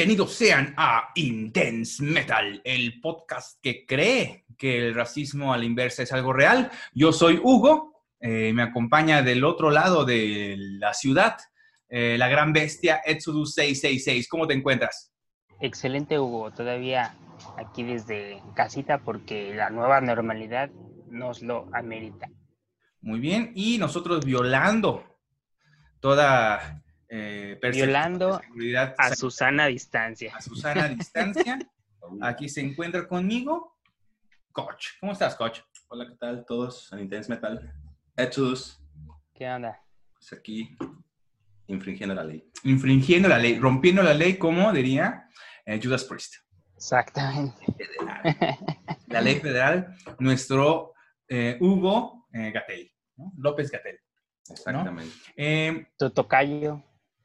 Bienvenidos sean a Intense Metal, el podcast que cree que el racismo a la inversa es algo real. Yo soy Hugo, me acompaña del otro lado de la ciudad, la gran bestia Exodus 666. ¿Cómo te encuentras? Excelente, Hugo. Todavía aquí desde casita porque la nueva normalidad nos lo amerita. Muy bien, y nosotros violando toda violando de seguridad a Susana a distancia. A Susana a distancia. Aquí se encuentra conmigo Coach. ¿Cómo estás, Coach? Hola, ¿qué tal todos? En Intense Metal. Exodus. ¿Qué onda? Pues aquí, infringiendo la ley. Infringiendo la ley, rompiendo la ley, como diría Judas Priest. Exactamente. Federal. La ley federal, nuestro Hugo Gatell, ¿no? López Gatell. Exactamente. ¿No? Tu tocayo.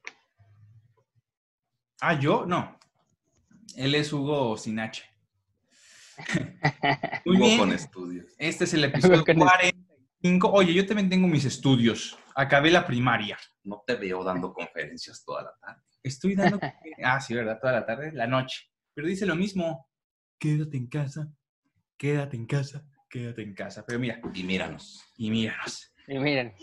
Yo, no. Él es Hugo sin H. Muy Hugo bien. Con estudios. Este es el episodio 45. Oye, yo también tengo mis estudios. Acabé la primaria. No te veo dando conferencias toda la tarde. Estoy dando... sí, ¿verdad? Toda la tarde, la noche. Pero dice lo mismo. Quédate en casa, quédate en casa, quédate en casa. Pero mira. Y míranos. Y míranos. Y miren.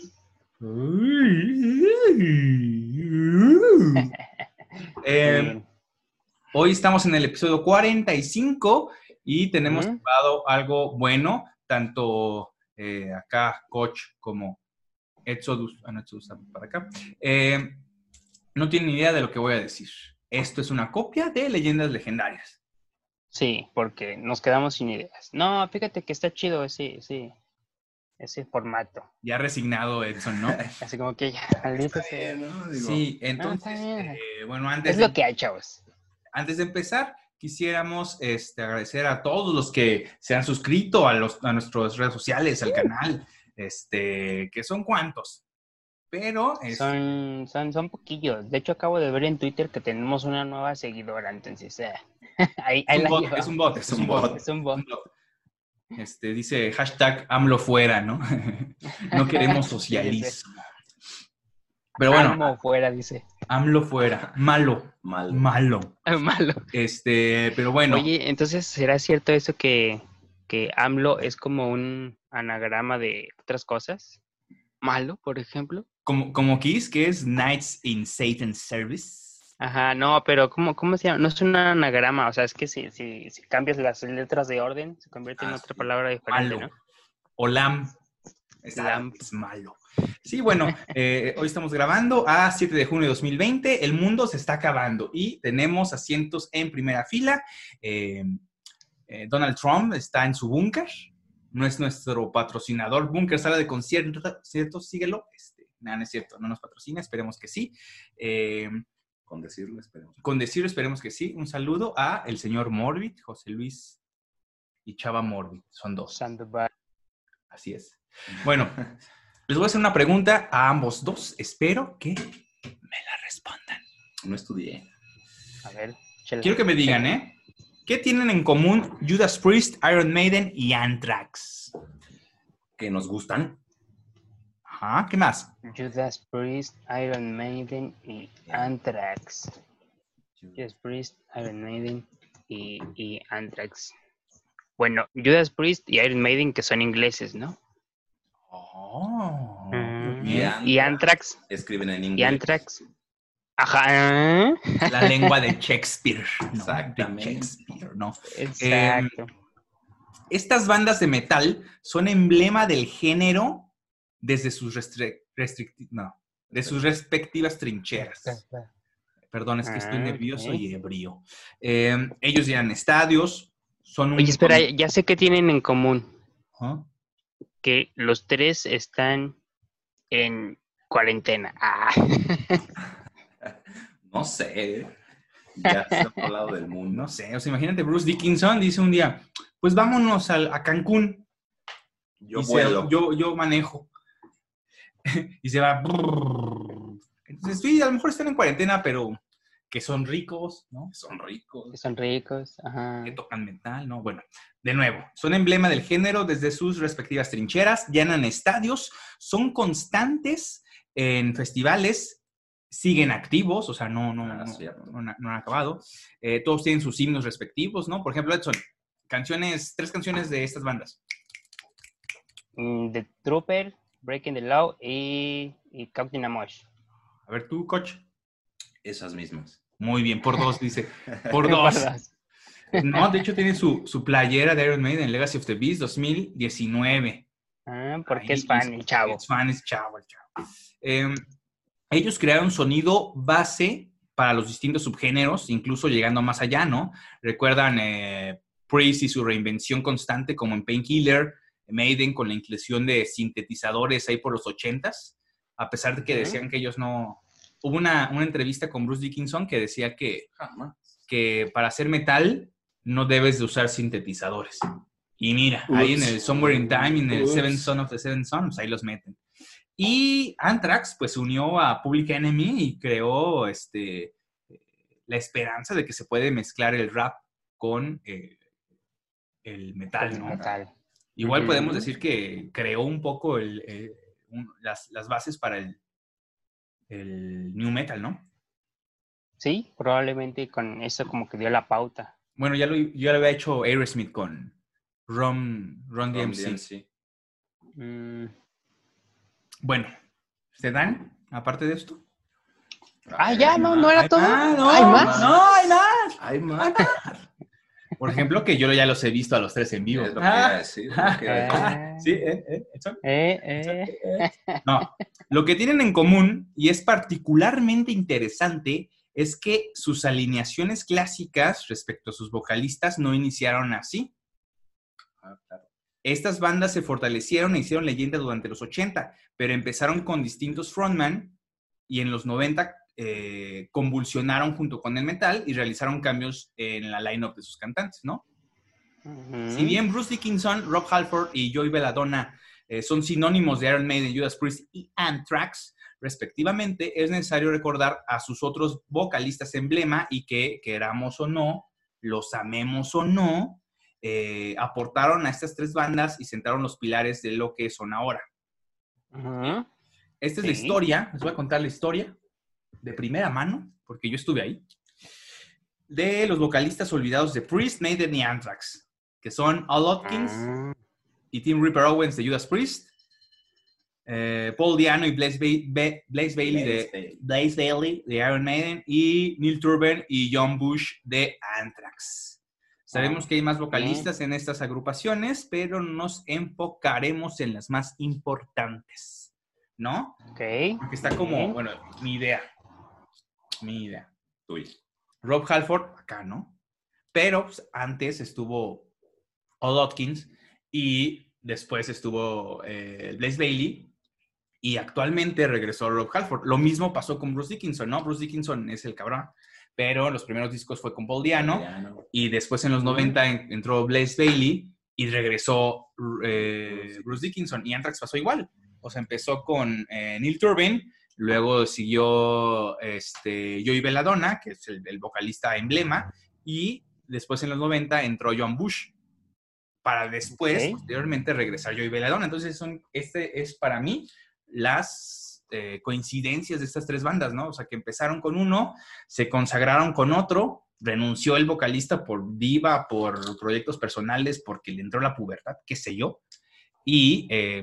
Hoy estamos en el episodio 45 y tenemos preparado algo bueno, tanto acá Coach como Exodus, no Exodus para acá, no tienen idea de lo que voy a decir. Esto es una copia de Leyendas Legendarias. Sí, porque nos quedamos sin ideas. No, fíjate que está chido ese formato. Ya resignado Edson, ¿no? Así como que ya, maldito sea, ¿no? Digo, sí, entonces, bueno, antes... Es lo que hay, chavos. Antes de empezar, quisiéramos agradecer a todos los que se han suscrito a nuestras redes sociales, al canal, que son cuantos, pero... Son poquillos. De hecho, acabo de ver en Twitter que tenemos una nueva seguidora, entonces... Es un bot. Dice hashtag AMLO fuera, ¿no? No queremos socialismo. Pero bueno. AMLO fuera, dice. AMLO fuera. Malo. Pero bueno. Oye, entonces, ¿será cierto eso que AMLO es como un anagrama de otras cosas? Malo, por ejemplo. Como Kiss, que es Knights in Satan's Service. Ajá, no, pero ¿cómo se llama? No es un anagrama, o sea, es que si cambias las letras de orden, se convierte en otra palabra diferente, malo. ¿no? O LAM. Es malo. Sí, bueno, hoy estamos grabando a 7 de junio de 2020. El mundo se está acabando y tenemos asientos en primera fila. Donald Trump está en su búnker. No es nuestro patrocinador. Búnker, sala de conciertos, síguelo. No es cierto, no nos patrocina, esperemos que sí. Con decirlo, esperemos. Con decirlo, esperemos que sí. Un saludo a el señor Morbid, José Luis y Chava Morbid. Son dos. Sandoval. Así es. Bueno, les voy a hacer una pregunta a ambos dos. Espero que me la respondan. No estudié. A ver. Quiero que me digan, ¿qué tienen en común Judas Priest, Iron Maiden y Anthrax? Que nos gustan. Ajá, ¿qué más? Judas Priest, Iron Maiden y Anthrax. Judas Priest, Iron Maiden y Anthrax. Bueno, Judas Priest y Iron Maiden que son ingleses, ¿no? Oh. Y Anthrax. Escriben en inglés. Y Anthrax. Ajá. La lengua de Shakespeare. ¿No? Exactamente. De Shakespeare, ¿no? Exacto. Estas bandas de metal son emblema del género desde sus respectivas trincheras. Perdón, es que estoy nervioso y ebrio. Ellos llenan estadios. Oye, espera, ya sé qué tienen en común. ¿Ah? Que los tres están en cuarentena. No sé. Ya está a otro lado del mundo. No sé, o sea, imagínate, Bruce Dickinson dice un día, pues vámonos a Cancún. Yo manejo. Y se va. Entonces, sí, a lo mejor están en cuarentena, pero que son ricos, ¿no? Que son ricos, ajá. Que tocan metal, ¿no? Bueno, de nuevo, son emblema del género desde sus respectivas trincheras, llenan estadios, son constantes en festivales siguen activos, o sea, no han acabado. Todos tienen sus himnos respectivos, ¿no? Por ejemplo, Edson, tres canciones de estas bandas. The Trooper, Breaking the Law y Captain Amosh. A ver, tú, coach. Esas mismas. Muy bien, por 2, dice. Por 2. No, de hecho tiene su playera de Iron Maiden, Legacy of the Beast 2019. Porque es fan, el chavo. Es fan, es chavo, el chavo. Ellos crearon sonido base para los distintos subgéneros, incluso llegando más allá, ¿no? Recuerdan Priest y su reinvención constante, como en Painkiller, Maiden con la inclusión de sintetizadores ahí por los 80s, a pesar de que decían que ellos no... Hubo una entrevista con Bruce Dickinson que decía que para hacer metal no debes de usar sintetizadores. Y mira, ahí en el Somewhere in Time, en el Seven Son of the Seven Sons, ahí los meten. Y Anthrax, pues, unió a Public Enemy y creó la esperanza de que se puede mezclar el rap con el metal, ¿no? Metal. Igual podemos decir que creó un poco las bases para el new metal, ¿no? Sí, probablemente con eso como que dio la pauta. Bueno, ya lo había hecho Aerosmith con Ron DMC. Bueno, ¿se dan aparte de esto? Ya, no era todo. ¿Hay más? No, hay más. Hay más. Por ejemplo, que yo ya los he visto a los tres en vivo. Es lo que iba a decir. Sí, No, lo que tienen en común, y es particularmente interesante, es que sus alineaciones clásicas respecto a sus vocalistas no iniciaron así. Claro. Estas bandas se fortalecieron e hicieron leyenda durante los 80, pero empezaron con distintos frontman y en los 90 convulsionaron junto con el metal y realizaron cambios en la line-up de sus cantantes, ¿no? Si bien Bruce Dickinson, Rob Halford y Joey Belladonna son sinónimos de Iron Maiden, Judas Priest y Anthrax, respectivamente, es necesario recordar a sus otros vocalistas emblema y que, queramos o no, los amemos o no, aportaron a estas tres bandas y sentaron los pilares de lo que son ahora. Esta es la historia, les voy a contar la historia de primera mano, porque yo estuve ahí, de los vocalistas olvidados de Priest, Maiden y Anthrax, que son Al Hopkins y Tim Ripper Owens de Judas Priest, Paul Di'Anno y Blaze Bayley de Iron Maiden y Neil Turbin y John Bush de Anthrax. Sabemos que hay más vocalistas en estas agrupaciones, pero nos enfocaremos en las más importantes, ¿no? Ok. Porque está como, bueno, mi idea. Tuyo. Rob Halford, acá, ¿no? Pero pues, antes estuvo Al Hopkins y después estuvo Blaze Bayley y actualmente regresó Rob Halford. Lo mismo pasó con Bruce Dickinson, ¿no? Bruce Dickinson es el cabrón, pero en los primeros discos fue con Paul Di'Anno y después en los 90 entró Blaze Bayley y regresó Bruce Dickinson y Anthrax pasó igual. O sea, empezó con Neil Turbin, luego siguió Joey Belladonna, que es el vocalista emblema, y después en los 90 entró John Bush, para después, posteriormente, regresar Joey Belladonna. Entonces, este es para mí las coincidencias de estas tres bandas, ¿no? O sea, que empezaron con uno, se consagraron con otro, renunció el vocalista por diva, por proyectos personales, porque le entró la pubertad, qué sé yo, y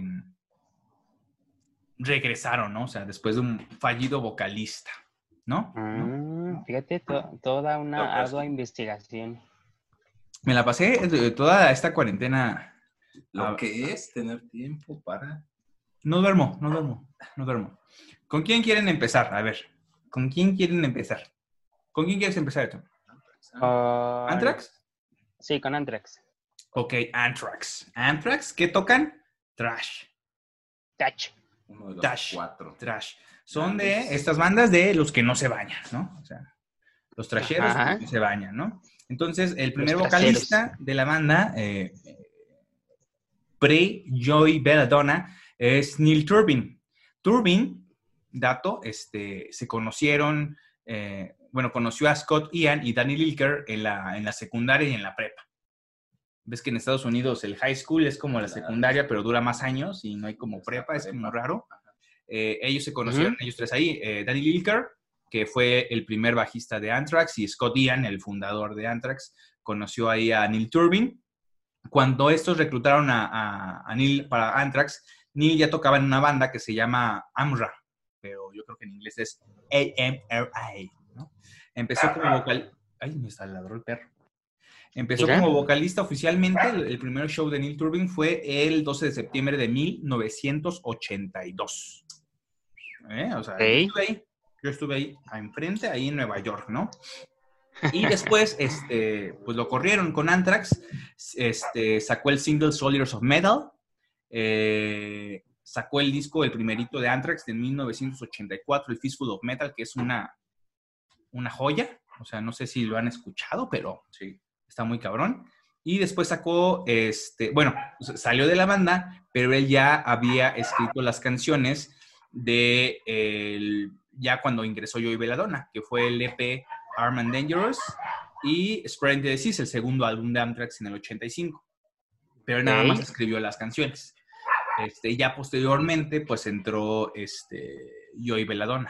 regresaron, ¿no? O sea, después de un fallido vocalista, ¿no? Fíjate, toda una ardua investigación. Me la pasé toda esta cuarentena. Lo que es tener tiempo para... No duermo. ¿Con quién quieren empezar? A ver, ¿con quién quieren empezar? ¿Con quién quieres empezar, Tom? ¿Anthrax? Sí, con Anthrax. Ok, Anthrax. ¿Anthrax? ¿Qué tocan? Thrash. Uno de los Thrash. 4. Thrash. Son de estas bandas de los que no se bañan, ¿no? O sea, los trasheros que no se bañan, ¿no? Entonces, el primer vocalista de la banda, pre-Joey Belladonna, es Neil Turbin. Turbin, dato, se conocieron, conoció a Scott Ian y Danny Lilker en la secundaria y en la prepa. Ves que en Estados Unidos el high school es como la secundaria, pero dura más años y no hay como prepa, es como raro. Ellos se conocieron, ellos tres ahí, Danny Lilker, que fue el primer bajista de Anthrax, y Scott Ian, el fundador de Anthrax, conoció ahí a Neil Turbin. Cuando estos reclutaron a Neil para Anthrax, Neil ya tocaba en una banda que se llama AMRA, pero yo creo que en inglés es AMRA, ¿no? Empezó como vocal... Ay, me está ladró el perro. Empezó como vocalista oficialmente. El primer show de Neil Turbin fue el 12 de septiembre de 1982. O sea, yo estuve ahí enfrente, ahí en Nueva York, ¿no? Y después, pues lo corrieron con Anthrax. Sacó el single Soldiers of Metal. Sacó el disco, el primerito de Anthrax de 1984, el Fistful of Metal, que es una joya. O sea, no sé si lo han escuchado, pero sí, está muy cabrón. Y después sacó, bueno, salió de la banda, pero él ya había escrito las canciones de ya cuando ingresó Joey Belladonna, que fue el EP Armed and Dangerous y Spreading the Disease, el segundo álbum de Anthrax en el 85. Pero nada más escribió las canciones. Y ya posteriormente, pues entró Joey Belladonna.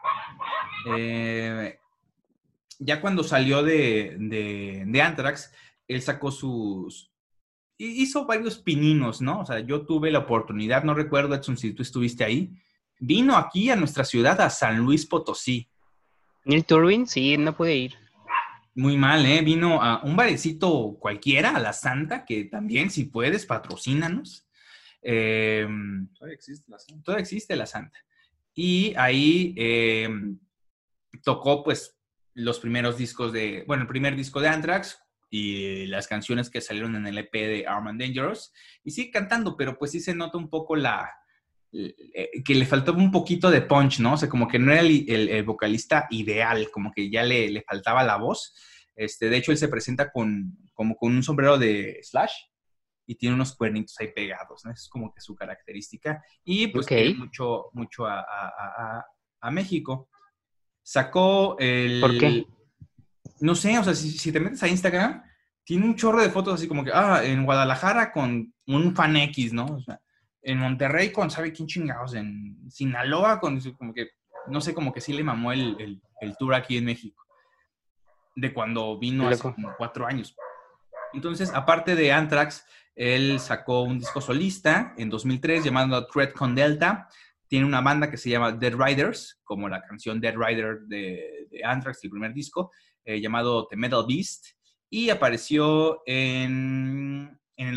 Ya cuando salió de Anthrax, él sacó hizo varios pininos, ¿no? O sea, yo tuve la oportunidad, no recuerdo, Edson, si tú estuviste ahí, vino aquí a nuestra ciudad, a San Luis Potosí. Neil Turbin, sí, no pude ir. Muy mal, ¿eh? Vino a un barecito cualquiera, a La Santa, que también, si puedes, patrocínanos. Todavía existe La Santa. Todavía existe La Santa. Y ahí tocó, pues, los primeros discos el primer disco de Anthrax y las canciones que salieron en el EP de Armed and Dangerous. Y sigue cantando, pero pues sí se nota un poco que le faltó un poquito de punch, ¿no? O sea, como que no era el vocalista ideal, como que ya le faltaba la voz. De hecho, él se presenta como con un sombrero de Slash y tiene unos cuernitos ahí pegados, ¿no? Es como que su característica. Y pues quiere mucho a México. Sacó ¿Por qué? No sé, o sea, si te metes a Instagram, tiene un chorro de fotos así como que, en Guadalajara con un fan X, ¿no? O sea, en Monterrey con sabe quién chingados, en Sinaloa con como que, no sé, como que sí le mamó el tour aquí en México, de cuando vino hace como 4 años. Entonces, aparte de Anthrax, él sacó un disco solista en 2003 llamado Threat con Delta. Tiene una banda que se llama Dead Riders, como la canción Dead Rider de Anthrax, el primer disco, llamado The Metal Beast. Y apareció en el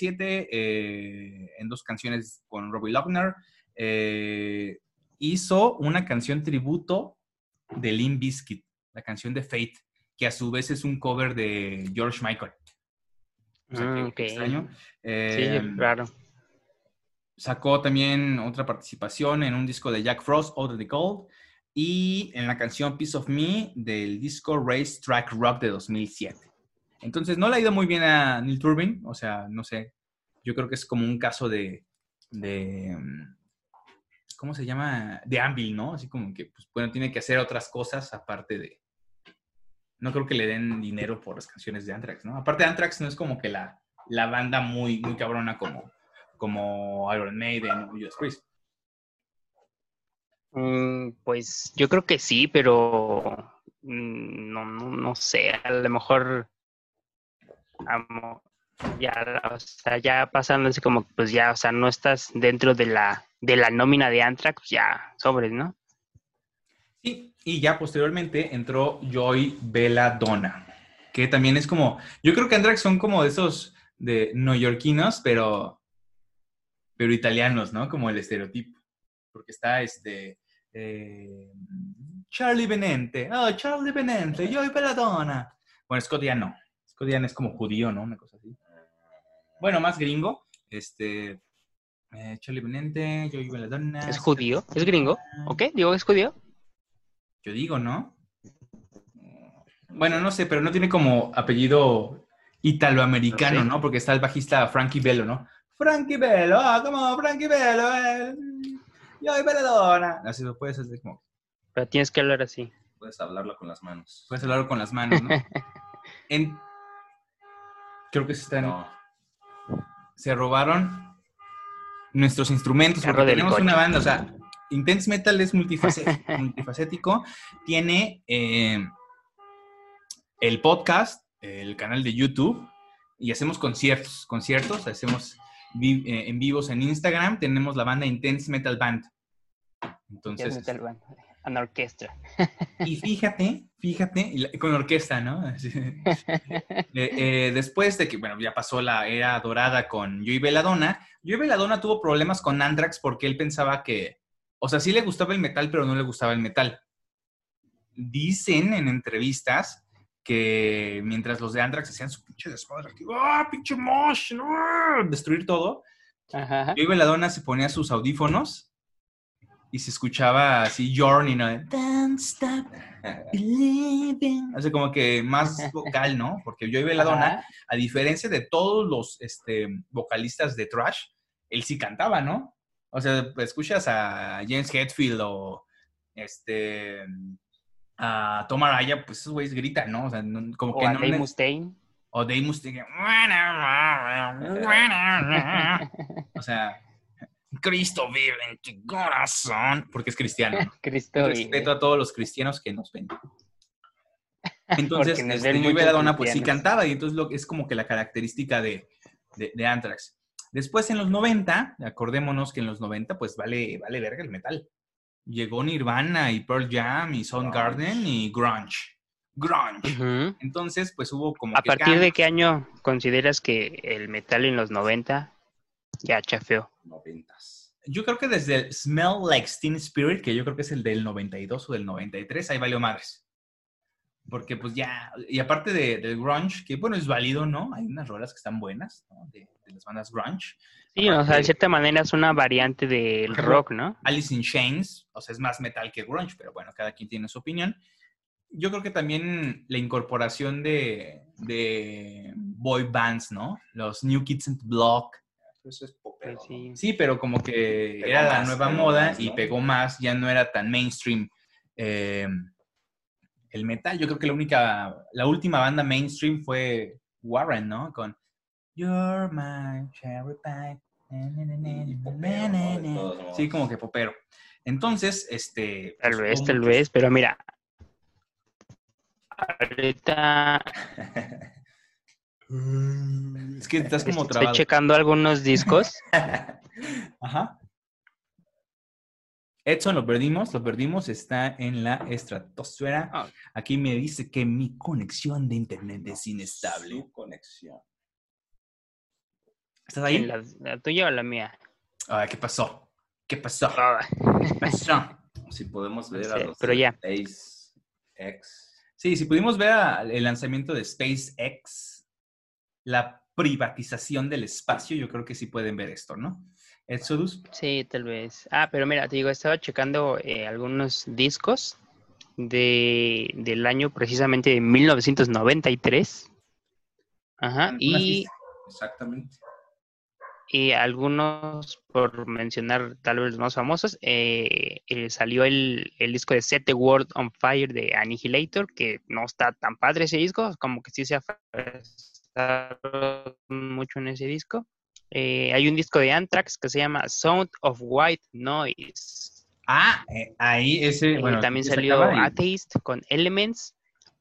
97 en 2 canciones con Robbie Lochner. Hizo una canción tributo de Limp Bizkit, la canción de Fate, que a su vez es un cover de George Michael. O sea, qué extraño. Sí, raro. Sacó también otra participación en un disco de Jack Frost, Out of the Cold, y en la canción Piece of Me del disco Race Track Rock de 2007. Entonces, no le ha ido muy bien a Neil Turbin, o sea, no sé, yo creo que es como un caso de ¿cómo se llama? De Anvil, ¿no? Así como que, pues, bueno, tiene que hacer otras cosas aparte de... No creo que le den dinero por las canciones de Anthrax, ¿no? Aparte, Anthrax no es como que la banda muy, muy cabrona como Iron Maiden o Judas Priest. Pues yo creo que sí, pero no sé, a lo mejor ya pasando así como pues ya, o sea, no estás dentro de la nómina de Anthrax, pues ya sobres, ¿no? Sí, y ya posteriormente entró Joey Belladonna, que también es como, yo creo que Anthrax son como de esos de neoyorquinos, pero italianos, ¿no? Como el estereotipo, porque está Charlie Benante, Charlie Benante, Joey Belladonna. Bueno, Scott Ian no, Scott Ian es como judío, ¿no? Una cosa así. Bueno, más gringo, Charlie Benante, Joey Belladonna. ¿Es judío? ¿Es gringo? ¿Ok? ¿Digo que es judío? Yo digo, ¿no? Bueno, no sé, pero no tiene como apellido italoamericano, ¿no? Porque está el bajista Frankie Bello, ¿no? Frankie Bello, como Frankie Bello, Joey Belladonna. Así lo puedes hacer como... Pero tienes que hablar así. Puedes hablarlo con las manos. Puedes hablarlo con las manos, ¿no? Creo que se robaron nuestros instrumentos, porque tenemos una banda, o sea, Intense Metal es multifacético. Tiene el podcast, el canal de YouTube, y hacemos conciertos, hacemos en vivos en Instagram. Tenemos la banda Intense Metal Band. Entonces, Metal Band, una orquesta. y fíjate, con orquesta, ¿no? Después de que, bueno, ya pasó la era dorada con Joey Belladonna tuvo problemas con Anthrax porque él pensaba que, o sea, sí le gustaba el metal, pero no le gustaba el metal. Dicen en entrevistas que mientras los de Anthrax hacían su pinche desmadre, pinche mosh, destruir todo, Ajá. Joey Belladonna se ponía sus audífonos y se escuchaba así Journey, ¿no? Don't stop believing. O sea, como que más vocal, ¿no? Porque Joey Belladonna, a diferencia de todos los vocalistas de thrash, él sí cantaba, ¿no? O sea, escuchas a James Hetfield o a Tom Araya, pues esos güeyes gritan, ¿no? O sea, como que o a no... Dave Mustaine. O Dave Mustaine. O sea... Cristo vive en tu corazón, porque es cristiano, ¿no? Cristo respeto a todos los cristianos que nos ven. Entonces, Joey Belladonna pues sí cantaba, y entonces es como que la característica de Anthrax. Después en los 90, acordémonos que en los 90 pues vale verga el metal. Llegó Nirvana y Pearl Jam y Soundgarden y grunge. Uh-huh. Entonces pues hubo como ¿A partir de qué año consideras que el metal en los 90 ya chafeó? 90s. Yo creo que desde el Smell Like Teen Spirit, que yo creo que es el del 92 o del 93, ahí valió madres. Porque pues ya, y aparte del grunge, que bueno, es válido, ¿no? Hay unas rolas que están buenas, ¿no? De las bandas grunge. Sí, aparte, o sea, de cierta manera es una variante del rock, ¿no? Alice in Chains, o sea, es más metal que grunge, pero bueno, cada quien tiene su opinión. Yo creo que también la incorporación de boy bands, ¿no? Los New Kids on the Block. Eso es popero, pues sí. ¿No? Sí, pero como que pegó era más, la nueva moda más, ¿no? Y pegó más, ya no era tan mainstream el metal. Yo creo que la última banda mainstream fue Warren, ¿no? Con You're my cherry pie. Popero, ¿no? Sí, como que popero. Entonces, Tal vez, pero mira, ahorita es que estás como estoy trabado. checando algunos discos. Ajá. Edson, lo perdimos, está en la estratosfera. Oh. Aquí me dice que mi conexión de internet es inestable. Su conexión. ¿Estás ahí? ¿La tuya o la mía? Ah, ¿qué pasó? ¿Qué pasó? Si podemos ver Sí, a los pero ya. SpaceX. Sí, si pudimos ver el lanzamiento de SpaceX, la privatización del espacio, yo creo que sí pueden ver esto, ¿no? Exodus. Sí, tal vez. Pero mira, te digo, estaba checando algunos discos del año precisamente de 1993. Ajá, Exactamente. Y algunos, por mencionar tal vez los más famosos, salió el disco de Set the World on Fire de Annihilator, que no está tan padre ese disco, como que sí se aferraron mucho en ese disco. Hay un disco de Anthrax que se llama Sound of White Noise. Ahí ese, bueno. También salió Atheist con Elements.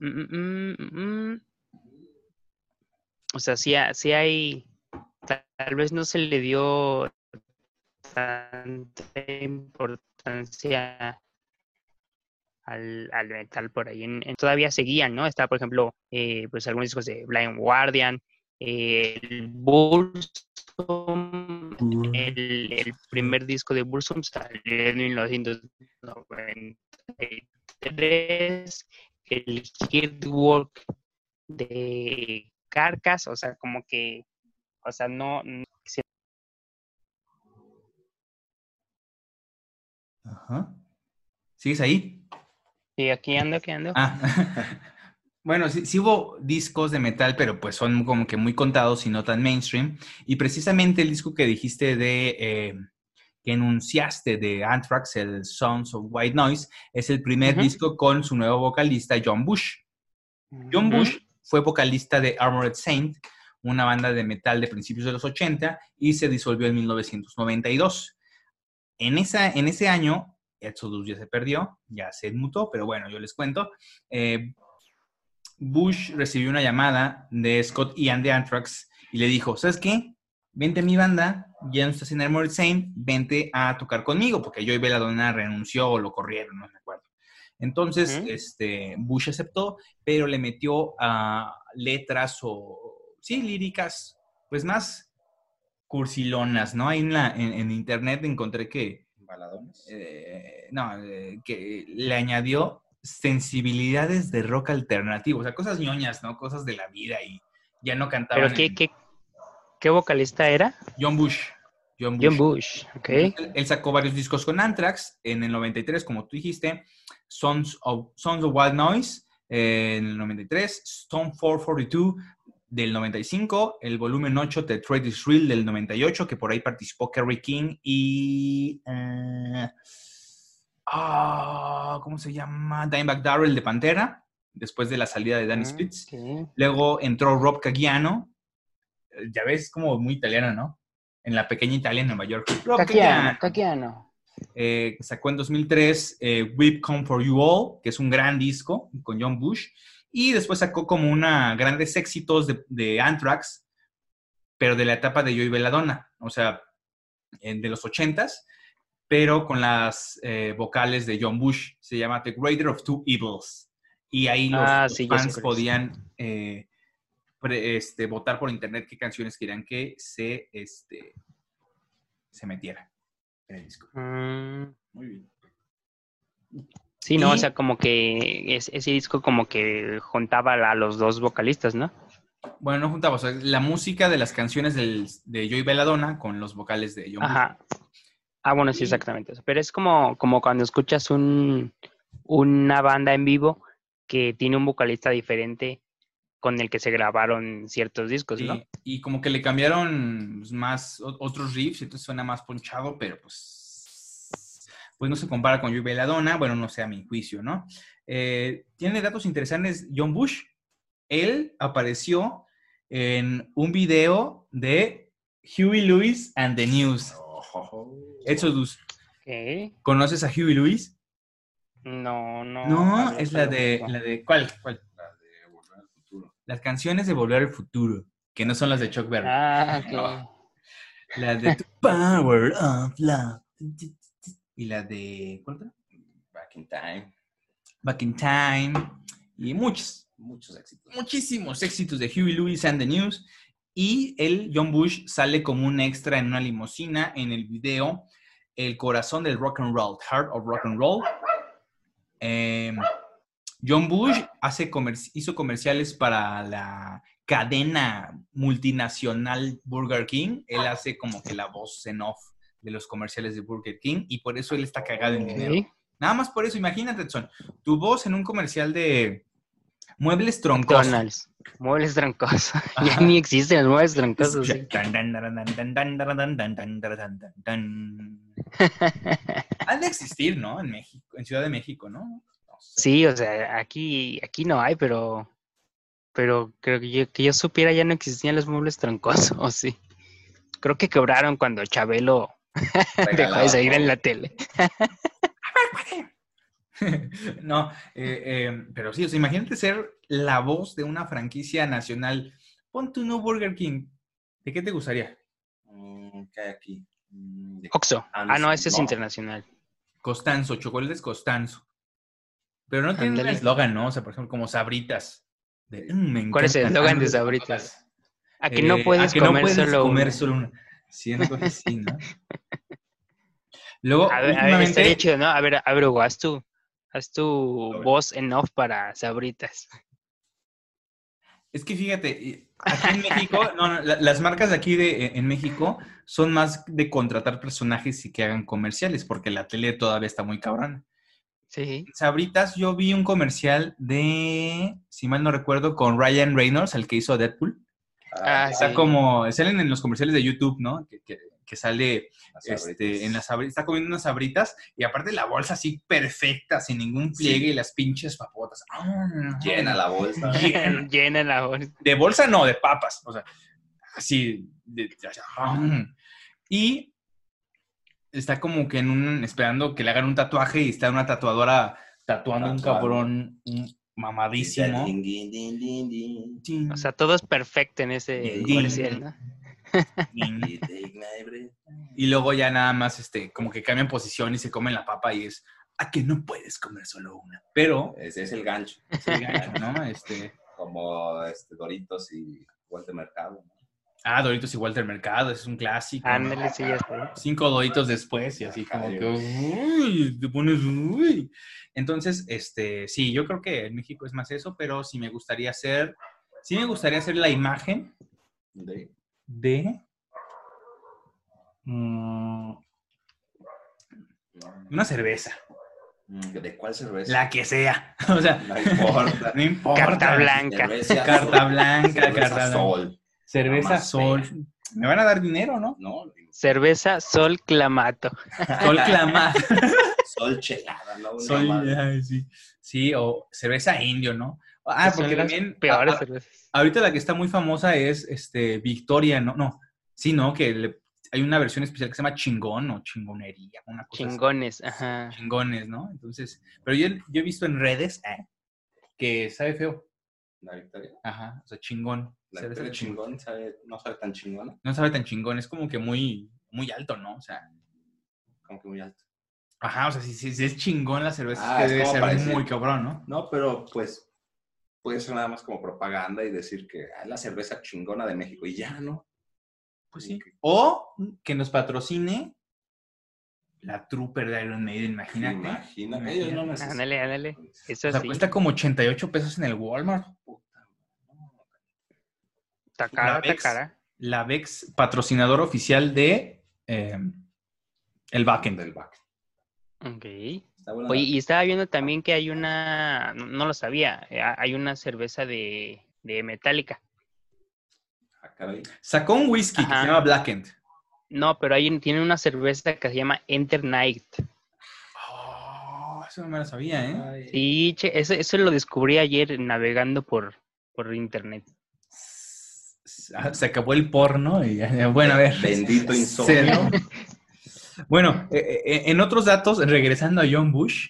O sea, sí hay... Tal vez no se le dio tanta importancia al metal por ahí. Todavía seguían, ¿no? Estaba, por ejemplo, pues algunos discos de Blind Guardian, el Burzum, el primer disco de Burzum salió en 1993, el Heartwork de Carcass, o sea, como que, o sea, no. Ajá. ¿Sigues ahí? Sí, aquí ando. Bueno, sí hubo discos de metal, pero pues son como que muy contados y no tan mainstream. Y precisamente el disco que dijiste que enunciaste de Anthrax, el Sounds of White Noise, es el primer disco con su nuevo vocalista, John Bush. John Bush fue vocalista de Armored Saint, una banda de metal de principios de los 80, y se disolvió en 1992. En ese año Exodus ya se perdió, ya se mutó, pero bueno, yo les cuento. Bush recibió una llamada de Scott Ian de Anthrax y le dijo, ¿sabes qué? Vente a mi banda, ya no estás en Armored Saint, vente a tocar conmigo, porque Joey Belladonna renunció o lo corrieron, no me acuerdo. Entonces, Bush aceptó, pero le metió letras sí, líricas, pues más cursilonas, ¿no? Ahí en internet encontré que... ¿Baladones? Que le añadió sensibilidades de rock alternativo, o sea, cosas ñoñas, ¿no? Cosas de la vida y ya no cantaban. ¿Pero qué vocalista era? John Bush. John Bush, ok. Entonces, él sacó varios discos con Anthrax en el 93, como tú dijiste, Sons of Wild Noise en el 93, Stone 442 del 95, el volumen 8 de Trade is Real del 98, que por ahí participó Kerry King y... ¿cómo se llama? Dimebag Darrell de Pantera, después de la salida de Danny Spitz. Okay. Luego entró Rob Caggiano, ya ves, como muy italiano, ¿no? En la pequeña Italia en Nueva York. Rob Caggiano. Sacó en 2003 We've Come For You All, que es un gran disco con John Bush. Y después sacó como grandes éxitos de Anthrax, pero de la etapa de Joey Belladonna, o sea, de los 80s, pero con las vocales de John Bush. Se llama The Greater of Two Evils. Y ahí los fans podían votar por internet qué canciones querían que se metiera en el disco. Muy bien. Sí, ¿no? O sea, como que ese disco como que juntaba a los dos vocalistas, ¿no? Bueno, no juntaba, o sea, la música de las canciones de Joey Belladonna con los vocales de John Bush. Bueno, sí, exactamente eso. Pero es como cuando escuchas una banda en vivo que tiene un vocalista diferente con el que se grabaron ciertos discos, sí, ¿no? Y como que le cambiaron más otros riffs, entonces suena más ponchado, pero pues no se compara con Joey Belladonna, bueno, no sé, a mi juicio, ¿no? Tiene datos interesantes John Bush. Él apareció en un video de Huey Lewis and the News. Exodus. Okay. ¿Conoces a Huey Lewis? No. No, es la de ¿cuál? La de Volver al Futuro. Las canciones de Volver al Futuro, que no son las de Chuck Berry. Ok. No. La de The Power of Love. Y la de... ¿cuál otra? Back in Time. Y muchos éxitos. Muchísimos éxitos de Huey Lewis and the News. Y John Bush, sale como un extra en una limusina en el video El corazón del rock and roll, Heart of Rock and Roll. John Bush hizo comerciales para la cadena multinacional Burger King. Él hace como que la voz en off de los comerciales de Burger King y por eso él está cagado en dinero. Nada más por eso, imagínate, Edson, tu voz en un comercial de Muebles Troncosos. McDonald's. Muebles Troncosos. Ya ni existen los muebles troncosos. ¿Sí? Han de existir, ¿no? En México, en Ciudad de México, ¿no? No sé. Sí, o sea, aquí no hay, pero creo que yo supiera ya no existían los muebles troncosos, sí. Creo que quebraron cuando Chabelo dejó de salir en la tele. No, pero sí, o sea, imagínate ser la voz de una franquicia nacional. Pon tu nuevo Burger King. ¿De qué te gustaría? ¿Qué hay aquí? Oxxo. No, ese es internacional. Costanzo, chocolates Costanzo. Pero no tiene un eslogan, ¿no? O sea, por ejemplo, como Sabritas. ¿Cuál es el eslogan de Sabritas? A que no puedes comer solo una. Sí, una cosa así, ¿no? Luego, a ver, estaría chido, ¿no? A ver, Hugo, haz tu voz en off para Sabritas. Es que fíjate, aquí en México, las marcas de aquí en México son más de contratar personajes y que hagan comerciales, porque la tele todavía está muy cabrona. Sí. Sabritas, yo vi un comercial de, si mal no recuerdo, con Ryan Reynolds, el que hizo Deadpool. Está sí. Como, salen en los comerciales de YouTube, ¿no? Que sale en las sabritas, está comiendo unas sabritas y aparte la bolsa así perfecta, sin ningún pliegue y las pinches papotas. Llena la bolsa. Llena la bolsa. De bolsa no, de papas. O sea, así. Y está como que esperando que le hagan un tatuaje y está una tatuadora tatuando un cabrón mamadísimo. O sea, todo es perfecto en ese comercial, ¿no? Y luego ya nada más, como que cambian posición y se comen la papa y es, que no puedes comer solo una. Pero... Ese es el gancho. Es el gancho, ¿no? Como Doritos y Walter Mercado, ¿no? Doritos y Walter Mercado, ese es un clásico. Ándale, ¿no? sí, ya está. 5 Doritos después y así como que, uy, te pones, uy. Entonces, sí, yo creo que en México es más eso, pero sí me gustaría hacer la imagen de una cerveza. ¿De cuál cerveza? La que sea. O sea, no importa. No importa. Carta blanca. Carta blanca, cerveza Sol. Cerveza Sol. Me van a dar dinero, ¿no? No. Cerveza Sol Clamato. Sol Clamato. Sol chelada, ¿no? Sí. Sí, o cerveza Indio, ¿no? Porque también peores cervezas. Ahorita la que está muy famosa es Victoria, ¿no? No. Sí, ¿no? Que hay una versión especial que se llama Chingón o Chingonería, una cosa Chingones, así. ajá. Chingones, ¿no? Entonces, pero yo he visto en redes que sabe feo. La Victoria. Ajá, o sea, chingón. La Victoria chingón no sabe tan chingona. No sabe tan chingón, es como que muy, muy alto, ¿no? O sea, como que muy alto. Ajá, o sea, si es chingón la cerveza, es que debe ser muy cabrón, ¿no? No, pero pues puede ser nada más como propaganda y decir que es la cerveza chingona de México y ya, ¿no? Pues sí. O que nos patrocine la Trooper de Iron Maiden, imagínate. Ellos no necesitan. Ándale. Eso o sea, sí. cuesta como 88 pesos en el Walmart. Está cara. La Vex, patrocinador oficial de el Backend. Del Backend. Ok. Oye, y estaba viendo también que hay una, no lo sabía, hay una cerveza de Metallica. Caray. Sacó un whisky que se llama Blackened. No, pero tiene una cerveza que se llama Enter Night. Oh, eso no me lo sabía, ¿eh? Sí, eso lo descubrí ayer navegando por internet. Se acabó el porno y bueno, a ver. Bendito insomnio. Bueno, en otros datos, regresando a John Bush.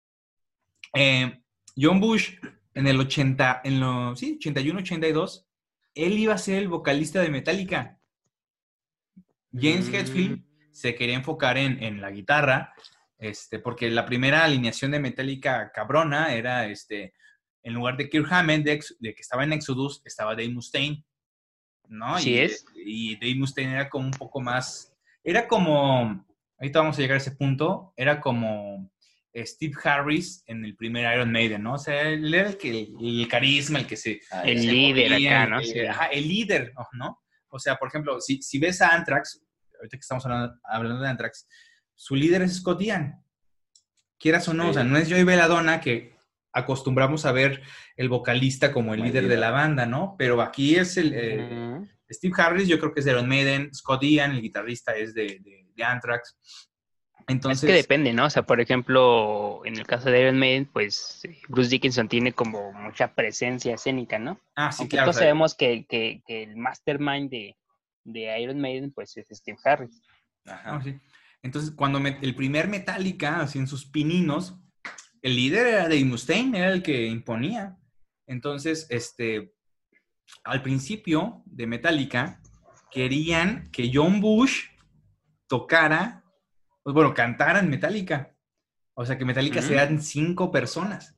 John Bush en el 81, 82, él iba a ser el vocalista de Metallica. James Hetfield se quería enfocar en la guitarra, porque la primera alineación de Metallica cabrona era, en lugar de Kirk Hammett, de que estaba en Exodus, estaba Dave Mustaine, ¿no? Sí y Dave Mustaine era como un poco más, era como, ahorita vamos a llegar a ese punto, era como Steve Harris en el primer Iron Maiden, ¿no? O sea, él era el carisma, el que el líder movía, acá, ¿no? El líder, ¿no? O sea, por ejemplo, si ves a Anthrax, ahorita que estamos hablando de Anthrax, su líder es Scott Ian. Quieras o no, o sea, no es Joey Belladonna, que acostumbramos a ver el vocalista como el líder de la banda, ¿no? Pero aquí es Steve Harris, yo creo que es de Iron Maiden, Scott Ian, el guitarrista, es de Anthrax. Entonces, es que depende, ¿no? O sea, por ejemplo, en el caso de Iron Maiden, pues Bruce Dickinson tiene como mucha presencia escénica, ¿no? Sí, aunque claro. Todos sabemos que el mastermind de Iron Maiden, pues es Steve Harris. Ajá. Sí. Entonces, cuando el primer Metallica, así en sus pininos, el líder era Dave Mustaine, era el que imponía. Entonces, al principio de Metallica, querían que John Bush tocara, pues bueno, cantara en Metallica. O sea, que Metallica sean 5 personas.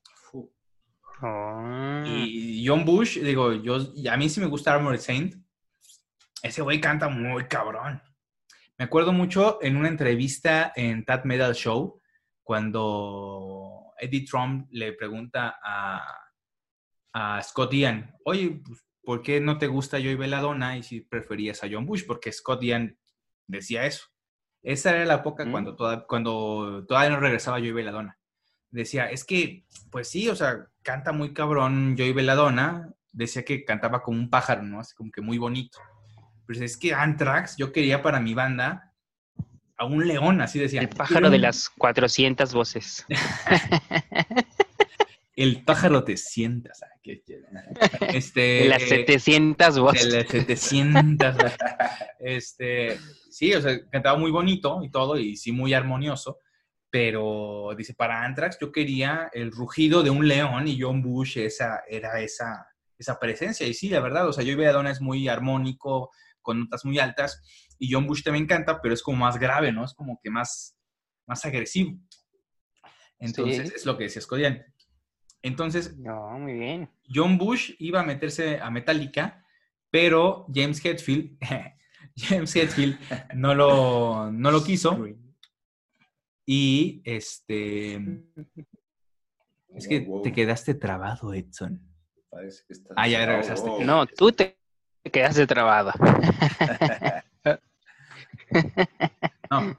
Y John Bush, digo, a mí sí me gusta Armored Saint. Ese güey canta muy cabrón. Me acuerdo mucho en una entrevista en That Metal Show, cuando Eddie Trump le pregunta a Scott Ian, oye, pues, ¿por qué no te gusta Joey Belladonna y si preferías a John Bush? Porque Scott Ian decía eso. Esa era la época cuando todavía no regresaba Joey Belladonna. Decía, es que, pues sí, o sea, canta muy cabrón Joey Belladonna. Decía que cantaba como un pájaro, ¿no? Así como que muy bonito. Pues es que Anthrax, yo quería para mi banda a un león, así decía. El pájaro de las 400 voces. El pájaro te sientas. De las 700 De voces. las 700. Sí, o sea, cantaba muy bonito y todo, y sí muy armonioso, pero dice, para Anthrax yo quería el rugido de un león y John Bush era esa presencia. Y sí, la verdad, o sea, Joey Belladonna es muy armónico, con notas muy altas, y John Bush también canta, pero es como más grave, ¿no? Es como que más agresivo. Entonces, Sí. es lo que decía Scodian. Entonces, No, muy bien. John Bush iba a meterse a Metallica, pero James Hetfield no lo quiso. Y es que te quedaste trabado, Edson. Parece que está... Ya regresaste. No, tú te quedaste trabado. No,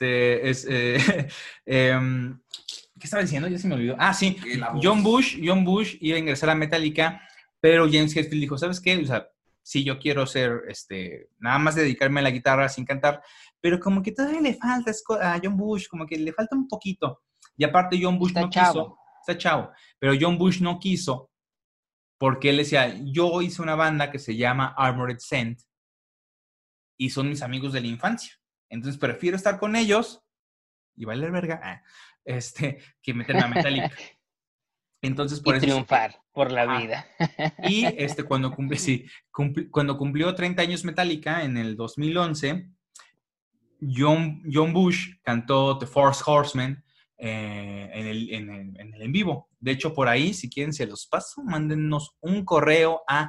¿qué estaba diciendo? Ya se me olvidó. Sí, John Bush iba a ingresar a Metallica, pero James Hetfield dijo, ¿sabes qué? O sea, sí, yo quiero ser, nada más dedicarme a la guitarra sin cantar, pero como que todavía le falta a John Bush, como que le falta un poquito. Y aparte John Bush no quiso, está chavo, pero John Bush no quiso porque él decía, yo hice una banda que se llama Armored Saint y son mis amigos de la infancia. Entonces prefiero estar con ellos y valer verga, que meterme a Metallica. Entonces, por y eso triunfar por la vida. Y cuando cumplió 30 años Metallica en el 2011, John Bush cantó The Four Horsemen en el en vivo. De hecho, por ahí, si quieren, se los paso. Mándennos un correo a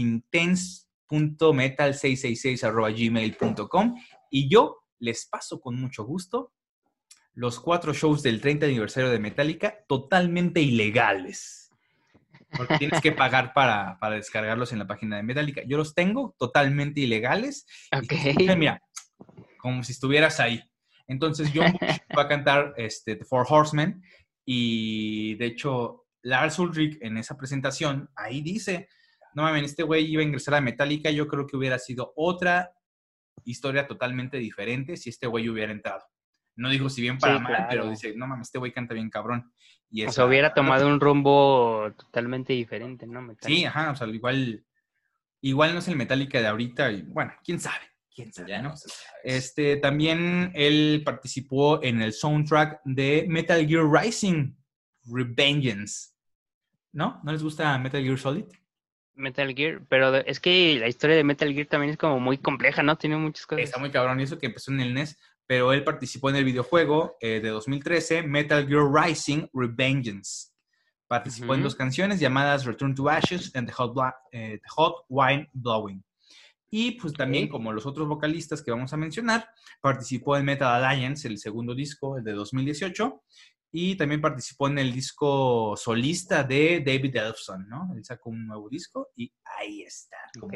intense.metal666@gmail.com y yo les paso con mucho gusto los 4 shows del 30 aniversario de Metallica totalmente ilegales. Porque tienes que pagar para descargarlos en la página de Metallica. Yo los tengo totalmente ilegales. Ok. Y mira, como si estuvieras ahí. Entonces John Bush va a cantar The Four Horsemen y de hecho Lars Ulrich en esa presentación ahí dice, no mames, este güey iba a ingresar a Metallica, yo creo que hubiera sido otra historia totalmente diferente si este güey hubiera entrado. No digo si bien para mal, claro. Pero dice, no mames, este güey canta bien cabrón. Y o sea, hubiera tomado un rumbo totalmente diferente, ¿no? Metallica. Sí, ajá, o sea, igual no es el Metallica de ahorita y bueno, quién sabe, ¿no? También él participó en el soundtrack de Metal Gear Rising Revengeance, ¿no? ¿No les gusta Metal Gear Solid? Metal Gear, pero es que la historia de Metal Gear también es como muy compleja, ¿no? Tiene muchas cosas. Está muy cabrón, y eso que empezó en el NES, pero él participó en el videojuego de 2013, Metal Gear Rising Revengeance. Participó en 2 canciones llamadas Return to Ashes and The Hot Wine Blowing. Y pues también, como los otros vocalistas que vamos a mencionar, participó en Metal Alliance, el segundo disco, el de 2018, y también participó en el disco solista de David Ellefson, ¿no? Él sacó un nuevo disco y ahí está. Como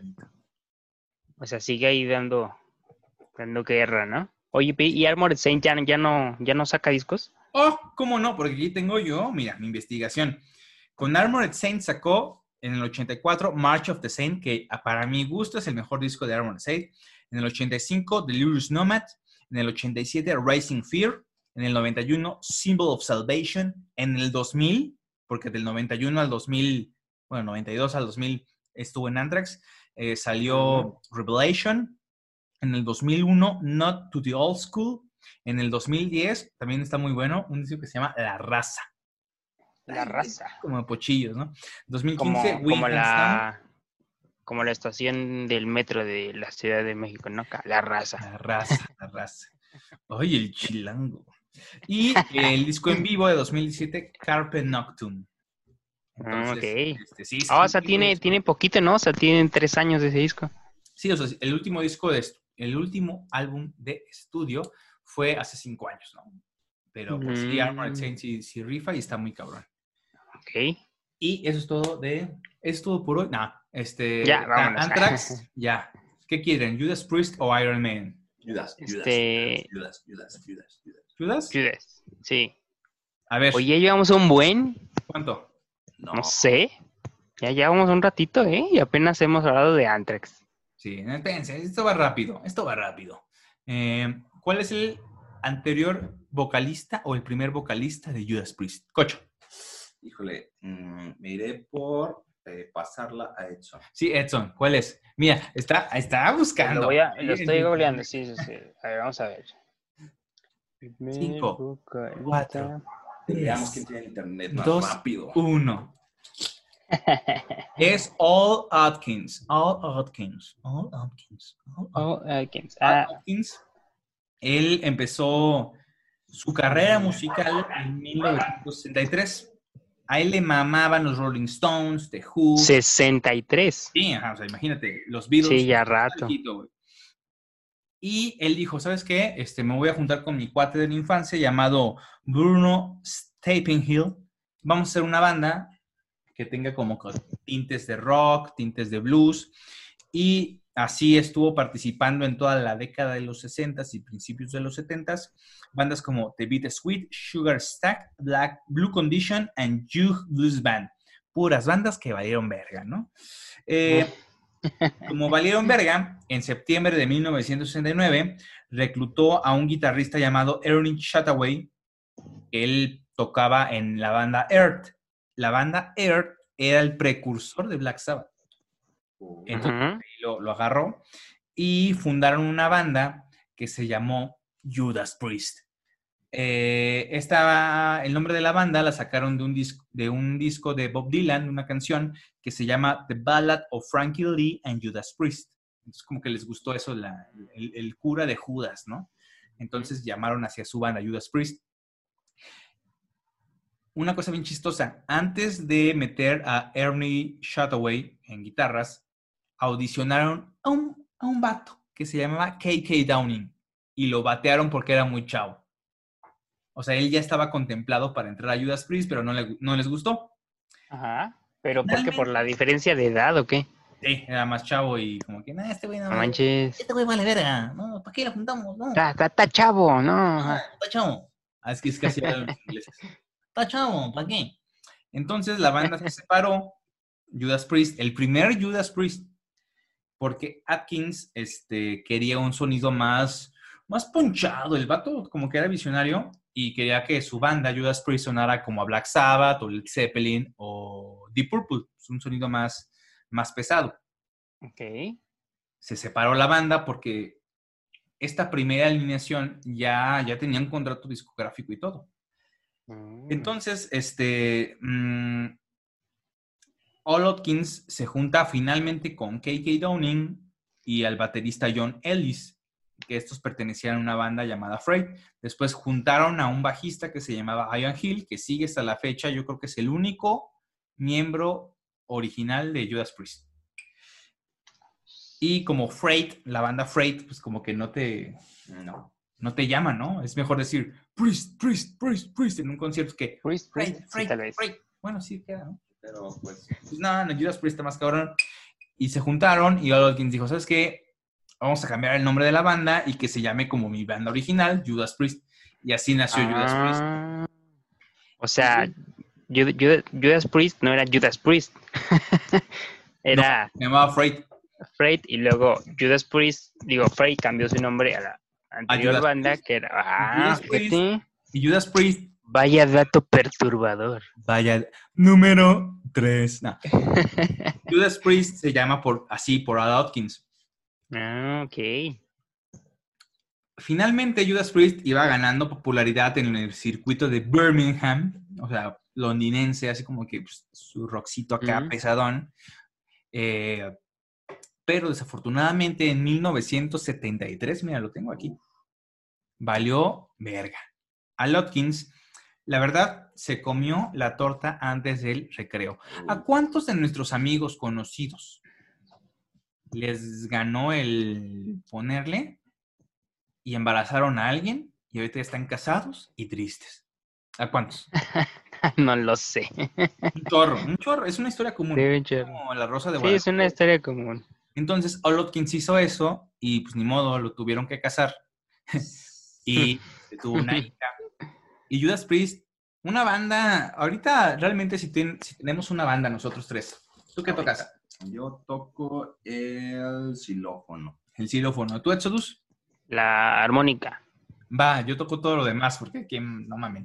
o sea, sigue ahí dando guerra, ¿no? Oye, ¿y Armored Saint ya no saca discos? ¿Cómo no? Porque aquí tengo yo, mira, mi investigación. Con Armored Saint sacó en el 84 March of the Saint, que para mi gusto es el mejor disco de Armored Saint. En el 85 Delirious Nomad. En el 87 Rising Fear. En el 91 Symbol of Salvation. En el 2000, porque del 91 al 2000, bueno, 92 al 2000 estuvo en Anthrax, salió Revelation. En el 2001 Not to the Old School. En el 2010 también está muy bueno, un disco que se llama La Raza. La Raza. Como pochillos, ¿no? 2015, como la estación del metro de la Ciudad de México, ¿no? La Raza. La Raza. Ay, el chilango. Y el disco en vivo de 2017, Carpe Noctum. Entonces, sí, o sea, tiene poquito, ¿no? O sea, tienen 3 años de ese disco. Sí, o sea, el último álbum de estudio fue hace 5 años, ¿no? Pero pues sí, Armored Saint sí rifa y está muy cabrón. Ok. Y eso es todo por hoy. Ya, vámonos. Anthrax, ya. ¿Qué quieren? ¿Judas Priest o Iron Man? Judas, sí. A ver. Oye, llevamos un buen. ¿Cuánto? No sé. Ya llevamos un ratito, ¿eh? Y apenas hemos hablado de Anthrax. Sí, espérense, esto va rápido. ¿Cuál es el anterior vocalista o el primer vocalista de Judas Priest? Cocho. Híjole, me iré por pasarla a Edson. Sí, Edson, ¿cuál es? Mira, está buscando. Lo estoy googleando, sí. A ver, vamos a ver. 5, 4, Veamos quién 3, tiene internet más 2, rápido. 1. Es All Atkins. Atkins. Atkins. Él empezó su carrera musical en 1963. A él le mamaban los Rolling Stones, The Who. 63. Sí, ajá, o sea, imagínate, los Beatles. Sí, ya rato. Y él dijo, ¿sabes qué? Me voy a juntar con mi cuate de la infancia llamado Bruno Staplehill. Vamos a hacer una banda que tenga como tintes de rock, tintes de blues. Y así estuvo participando en toda la década de los 60s y principios de los 70s. Bandas como The Beat Sweet, Sugar Stack, Blue Condition and Jug Blues Band. Puras bandas que valieron verga, ¿no? Como valieron verga, en septiembre de 1969 reclutó a un guitarrista llamado Ernie Chataway. Él tocaba en la banda Earth. La banda Earth era el precursor de Black Sabbath. Entonces lo agarró y fundaron una banda que se llamó Judas Priest. El nombre de la banda la sacaron de un disco de Bob Dylan, una canción que se llama The Ballad of Frankie Lee and Judas Priest. Entonces como que les gustó eso, el cura de Judas, ¿no? Entonces llamaron hacia su banda Judas Priest. Una cosa bien chistosa, antes de meter a Ernie Chataway en guitarras, audicionaron a un vato que se llamaba K.K. Downing y lo batearon porque era muy chavo. O sea, él ya estaba contemplado para entrar a Judas Priest, pero no les gustó. Ajá. ¿Pero por qué? ¿Por la diferencia de edad o qué? Sí, era más chavo y como que, este güey no manches. Este güey vale verga. No, ¿para qué lo juntamos? No. Está chavo, ¿no? No, está chavo. Es que es casi los ingleses. Está chavo, ¿para qué? Entonces la banda se separó, Judas Priest, el primer Judas Priest, porque Atkins quería un sonido más ponchado. El vato como que era visionario y quería que su banda, Judas Priest, sonara como a Black Sabbath o Led Zeppelin o Deep Purple. Es un sonido más pesado. Ok. Se separó la banda porque esta primera alineación ya tenía un contrato discográfico y todo. Entonces, All Atkins se junta finalmente con K.K. Downing y al baterista John Ellis, que estos pertenecían a una banda llamada Freight. Después juntaron a un bajista que se llamaba Ian Hill, que sigue hasta la fecha. Yo creo que es el único miembro original de Judas Priest. Y como Freight, la banda Freight, pues como que no te llama, ¿no? Es mejor decir Priest en un concierto que Priest, sí, tal vez. Freight. Bueno, sí queda, ¿no? Pero pues no, Judas Priest está más cabrón. Y se juntaron y All Atkins dijo, ¿sabes qué? Vamos a cambiar el nombre de la banda y que se llame como mi banda original, Judas Priest. Y así nació Judas Priest. O sea, Judas Priest no era Judas Priest. Era... No, se llamaba Freight y luego Judas Priest, Freight cambió su nombre a la anterior banda Priest. Que era... Y Judas Priest. Vaya dato perturbador. Vaya, número 3. No. Judas Priest se llama por All Atkins. Ok. Finalmente Judas Priest iba ganando popularidad en el circuito de Birmingham, o sea, londinense, así como que pues, su rockcito acá pesadón. Pero desafortunadamente en 1973, mira, lo tengo aquí, valió verga. All Atkins, la verdad, se comió la torta antes del recreo. ¿A cuántos de nuestros amigos conocidos les ganó el ponerle y embarazaron a alguien y ahorita ya están casados y tristes? ¿A cuántos? No lo sé. Un chorro. Es una historia común. Como la Rosa de Guadalupe. Sí, es una historia común. Entonces, All Atkins hizo eso y pues ni modo, lo tuvieron que casar. Y tuvo una hija. Y Judas Priest, una banda, ahorita realmente si tenemos una banda nosotros tres, ¿tú qué tocas? Yo toco el xilófono. El xilófono. ¿Tú, Exodus? La armónica. Va, yo toco todo lo demás, porque aquí, no mames.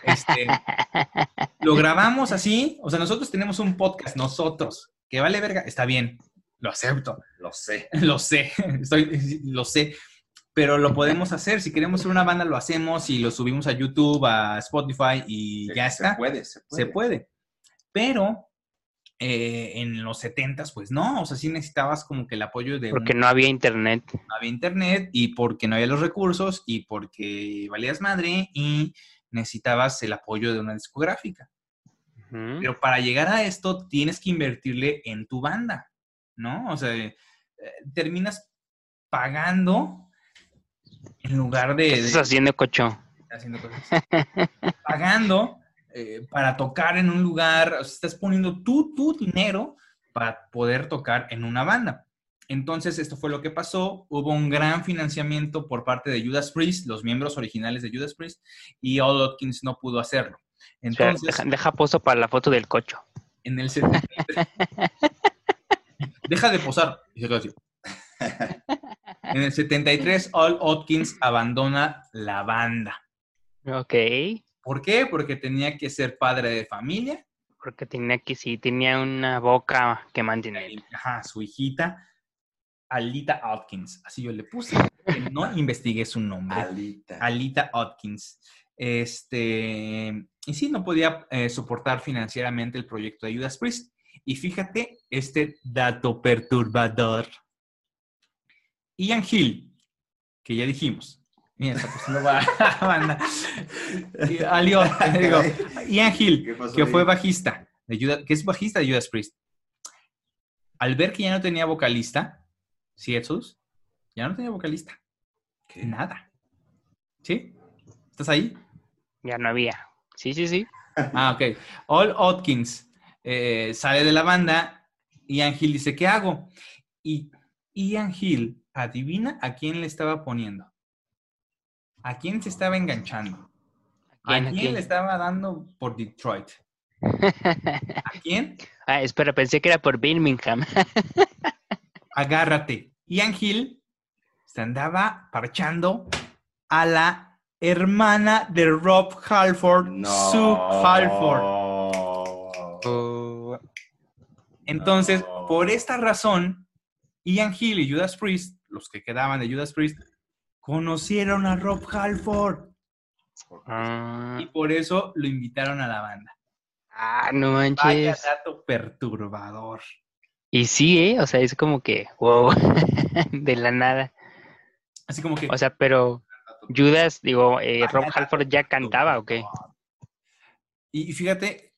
Lo grabamos así, o sea, nosotros tenemos un podcast, nosotros, que vale verga, está bien, lo acepto, Lo sé. lo sé, lo sé, pero lo podemos hacer, si queremos ser una banda lo hacemos y lo subimos a YouTube, a Spotify y ya está. Se puede, pero en los 70s, pues no, o sea, sí necesitabas como que el apoyo de Porque no había internet. no había internet y porque no había los recursos y porque valías madre y necesitabas el apoyo de una discográfica. Pero para llegar a esto tienes que invertirle en tu banda, ¿no? O sea, terminas pagando en lugar de... ¿Qué estás haciendo, Cocho? Haciendo cosas. Pagando para tocar en un lugar, o sea, estás poniendo tu dinero para poder tocar en una banda. Entonces, esto fue lo que pasó. Hubo un gran financiamiento por parte de Judas Priest, los miembros originales de Judas Priest, y Al Atkins no pudo hacerlo. Entonces, O sea, deja pozo para la foto del Cocho. en el 73... Deja de posar. Y se queda así. En el 73, Al Atkins abandona la banda. Ok. ¿Por qué? Porque tenía que ser padre de familia. Porque tenía una boca que mantener. Ajá, su hijita, Alita Atkins. Así yo le puse. Que no investigué su nombre. Alita Atkins. Y sí, no podía soportar financieramente el proyecto de Judas Priest. Y fíjate este dato perturbador. Ian Hill, que ya dijimos. Mira, está pasando banda. Ian Hill, que fue bajista, que es bajista de Judas Priest. Al ver que ya no tenía vocalista, ¿sí, Jesús? Ya no tenía vocalista. ¿Qué? Nada. ¿Sí? ¿Estás ahí? Ya no había. Sí. Ok. Al Atkins sale de la banda. Ian Hill dice, ¿qué hago? Y Ian Hill, adivina a quién le estaba poniendo. ¿A quién se estaba enganchando? ¿A quién le estaba dando por Detroit? ¿A quién? Espera, pensé que era por Birmingham. Agárrate. Ian Hill se andaba parchando a la hermana de Rob Halford, Sue Halford. Entonces, por esta razón, Ian Hill y Judas Priest, los que quedaban de Judas Priest, conocieron a Rob Halford. Y por eso lo invitaron a la banda. No manches. Vaya dato perturbador. Y sí, o sea, es como que, wow, de la nada. Así como que... O sea, pero Judas, Rob Halford ya cantaba, ¿o qué? Y fíjate,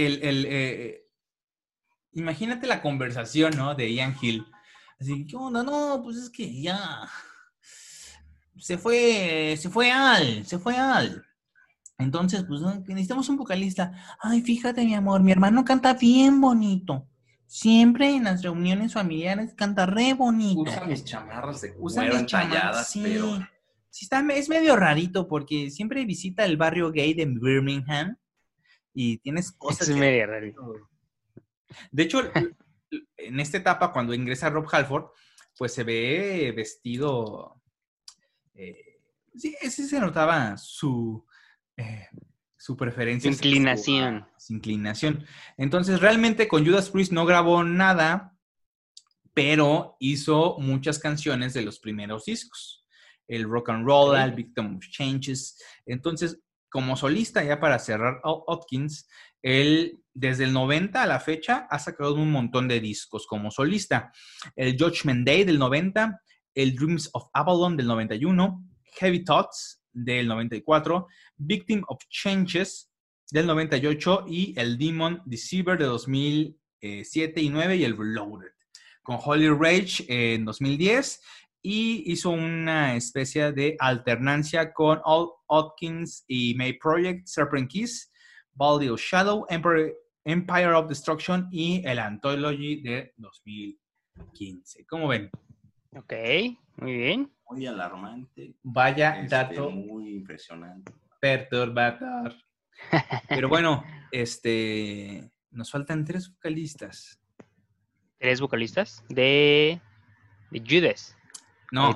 imagínate la conversación, ¿no? De Ian Hill. Así, ¿qué onda? No, pues es que ya... Se fue Al. Entonces, pues necesitamos un vocalista. Ay, fíjate, mi amor, mi hermano canta bien bonito. Siempre en las reuniones familiares canta re bonito. Usa mis chamarras de cuero entalladas, sí. pero... Sí, es medio rarito porque siempre visita el barrio gay de Birmingham y tienes cosas... Es medio rarito. De hecho, en esta etapa, cuando ingresa Rob Halford, pues se ve vestido... sí, ese se notaba su preferencia. Inclinación. Su inclinación. Entonces, realmente con Judas Priest no grabó nada, pero hizo muchas canciones de los primeros discos. El Rock and Roll, el Victim of Changes. Entonces, como solista, ya para cerrar, Al Atkins, él desde el 90 a la fecha ha sacado un montón de discos como solista. El Judgment Day del 90, el Dreams of Avalon del 91, Heavy Thoughts del 94, Victim of Changes del 98 y el Demon Deceiver de 2007 y 2009 y el Reloaded. Con Holy Rage en 2010 y hizo una especie de alternancia con Al Atkins y May Project, Serpent Kiss, Valley of Shadow, Empire of Destruction y el Anthology de 2015. ¿Cómo ven? Ok, muy bien. Muy alarmante. Vaya dato. Muy impresionante. Perturbador. Pero bueno, nos faltan 3 vocalistas. 3 vocalistas de Judas. No, ¿De quién?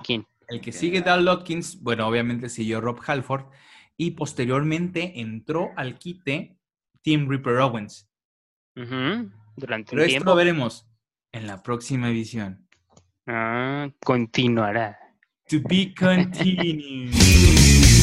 El que sigue Dal Lotkins, bueno, obviamente siguió Rob Halford y posteriormente entró al quite Tim Ripper Owens. Durante Pero un esto tiempo. lo veremos en la próxima edición. Continuará. To be continued.